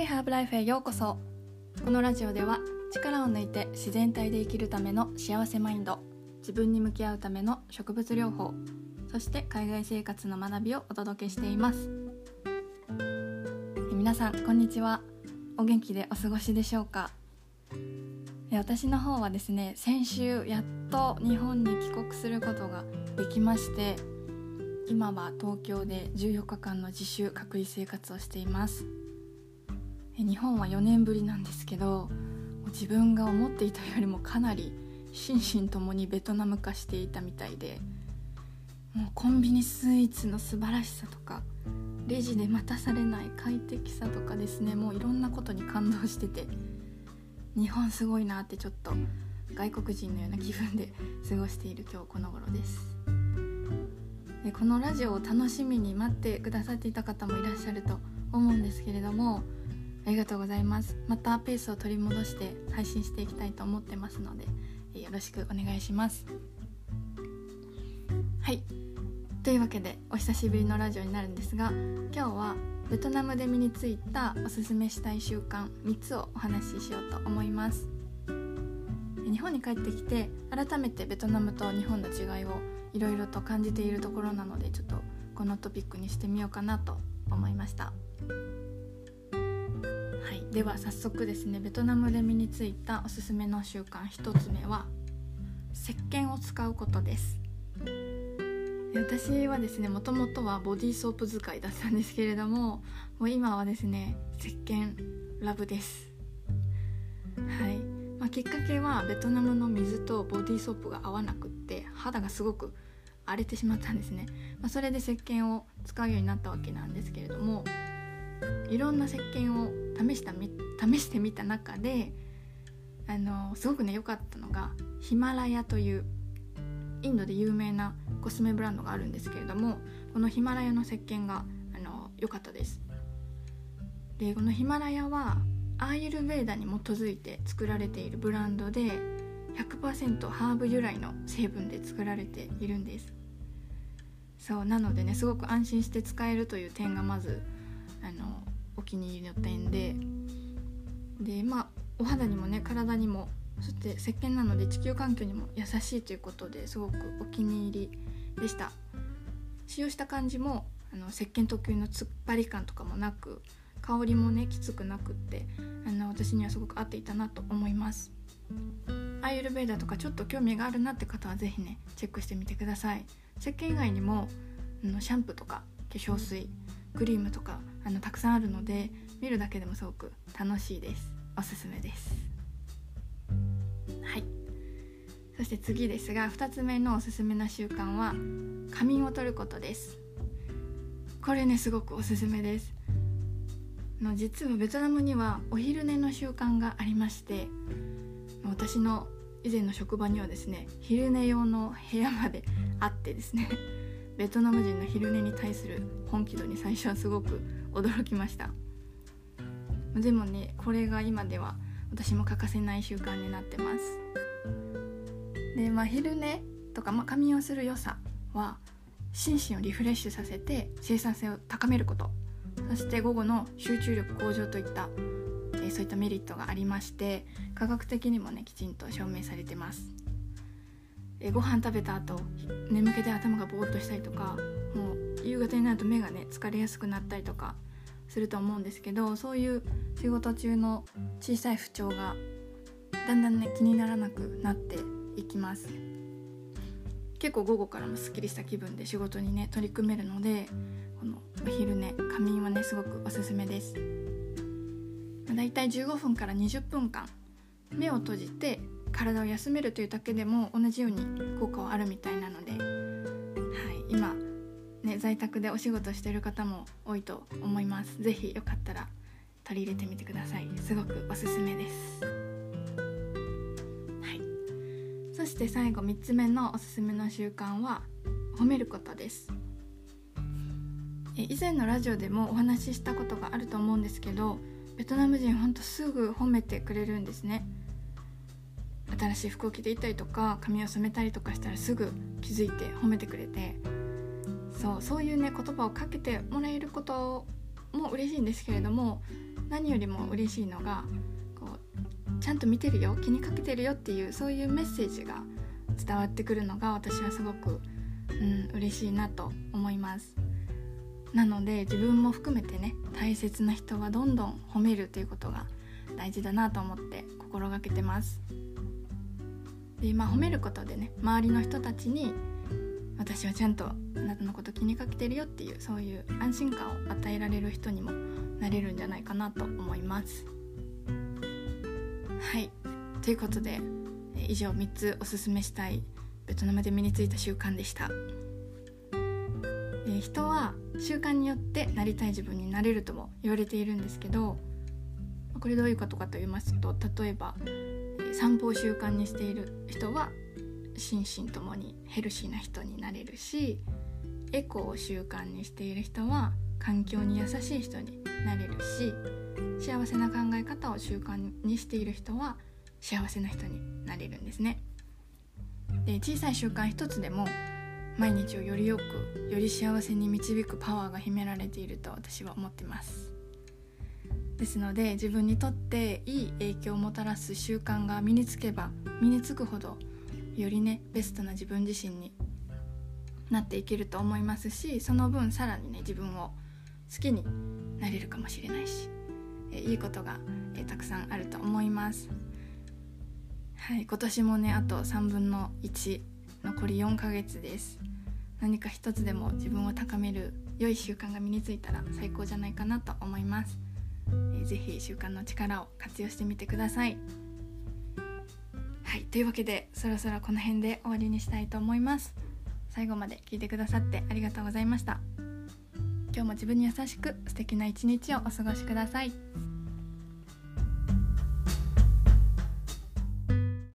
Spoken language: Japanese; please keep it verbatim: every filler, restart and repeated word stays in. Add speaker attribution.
Speaker 1: ハーブライフへようこそ。このラジオでは力を抜いて自然体で生きるための幸せマインド、自分に向き合うための植物療法、そして海外生活の学びをお届けしています。皆さんこんにちは。お元気でお過ごしでしょうか。私の方はですね、先週やっと日本に帰国することができまして、今は東京でじゅうよっかかんの自主隔離生活をしています。日本はよねんぶりなんですけど、自分が思っていたよりもかなり心身ともにベトナム化していたみたいで、もうコンビニスイーツの素晴らしさとか、レジで待たされない快適さとかですね、もういろんなことに感動してて、日本すごいなってちょっと外国人のような気分で過ごしている今日この頃です。でこのラジオを楽しみに待ってくださっていた方もいらっしゃると思うんですけれども、ありがとうございます。またペースを取り戻して配信していきたいと思ってますので、よろしくお願いします。はい、というわけでお久しぶりのラジオになるんですが、今日はベトナムで身についたおすすめしたい習慣みっつをお話ししようと思います。日本に帰ってきて改めてベトナムと日本の違いをいろいろと感じているところなので、ちょっとこのトピックにしてみようかなと思いました。はい、では早速ですね、ベトナムで身についたおすすめの習慣ひとつめは石鹸を使うことです。私はですね、もともとはボディーソープ使いだったんですけれども、もう今はですね、石鹸ラブです。はい、まあ、きっかけはベトナムの水とボディーソープが合わなくって肌がすごく荒れてしまったんですね。まあ、それで石鹸を使うようになったわけなんですけれども、いろんな石鹸を試したみ試してみた中で、あのすごくね良かったのがヒマラヤというインドで有名なコスメブランドがあるんですけれども、このヒマラヤの石鹸があの良かったです。でこのヒマラヤはアーユルヴェーダに基づいて作られているブランドで ひゃくパーセント ハーブ由来の成分で作られているんです。そうなのでね、すごく安心して使えるという点がまずあのお気に入りの点で、でまあお肌にもね体にも、そして石鹸なので地球環境にも優しいということですごくお気に入りでした。使用した感じもあの石鹸特有の突っ張り感とかもなく、香りもねきつくなくって、あの私にはすごく合っていたなと思います。アーユルヴェーダとかちょっと興味があるなって方はぜひねチェックしてみてください。石鹸以外にもあのシャンプーとか化粧水、クリームとかあのたくさんあるので、見るだけでもすごく楽しいです。おすすめです。はい、そして次ですが、ふたつめのおすすめな習慣は仮眠を取ることです。これねすごくおすすめです。の実はベトナムにはお昼寝の習慣がありまして、私の以前の職場にはですね、昼寝用の部屋まであってですね、ベトナム人の昼寝に対する本気度に最初はすごく驚きました。でもね、これが今では私も欠かせない習慣になってます。で、まあ、昼寝とか、まあ、仮眠をする良さは心身をリフレッシュさせて生産性を高めること、そして午後の集中力向上といった、えー、そういったメリットがありまして、科学的にもねきちんと証明されてます。えー、ご飯食べた後眠気で頭がぼーっとしたりとか、もう夕方になると目がね疲れやすくなったりとかすると思うんですけど、そういう仕事中の小さい不調がだんだんね気にならなくなっていきます。結構午後からもすっきりした気分で仕事にね取り組めるので、このお昼寝仮眠はねすごくおすすめです。だいたいじゅうごふんからにじゅっぷんかん目を閉じて体を休めるというだけでも同じように効果はあるみたいなので、はい、今ね在宅でお仕事している方も多いと思います。ぜひよかったら取り入れてみてください。すごくおすすめです。はい、そして最後みっつめのおすすめの習慣は褒めることです。以前のラジオでもお話ししたことがあると思うんですけど、ベトナム人ほんとすぐ褒めてくれるんですね。新しい服を着ていたりとか髪を染めたりとかしたらすぐ気づいて褒めてくれて、そう、そういうね言葉をかけてもらえることも嬉しいんですけれども、 何よりも嬉しいのがこうちゃんと見てるよ、気にかけてるよっていうそういうメッセージが伝わってくるのが私はすごく、うん、嬉しいなと思います。なので自分も含めてね、大切な人はどんどん褒めるということが大事だなと思って心がけてます。で、まあ、褒めることでね、周りの人たちに私はちゃんとあなたのこと気にかけてるよっていうそういう安心感を与えられる人にもなれるんじゃないかなと思います。はい、ということで以上みっつおすすめしたいベトナムで身についた習慣でした。え人は習慣によってなりたい自分になれるとも言われているんですけど、これどういうことかと言いますと、例えば散歩を習慣にしている人は心身ともにヘルシーな人になれるし、エコを習慣にしている人は環境に優しい人になれるし、幸せな考え方を習慣にしている人は幸せな人になれるんですね。で、小さい習慣一つでも毎日をよりよくより幸せに導くパワーが秘められていると私は思ってます。ですので自分にとっていい影響をもたらす習慣が身につけば身につくほどよりねベストな自分自身になっていけると思いますし、その分さらにね自分を好きになれるかもしれないし、えいいことがえたくさんあると思います。はい、今年もねあとさんぶんのいち、残りよんかげつです。何か一つでも自分を高める良い習慣が身についたら最高じゃないかなと思います。えぜひ習慣の力を活用してみてください。はい、というわけでそろそろこの辺で終わりにしたいと思います。最後まで聞いてくださってありがとうございました。今日も自分に優しく素敵な一日をお過ごしください。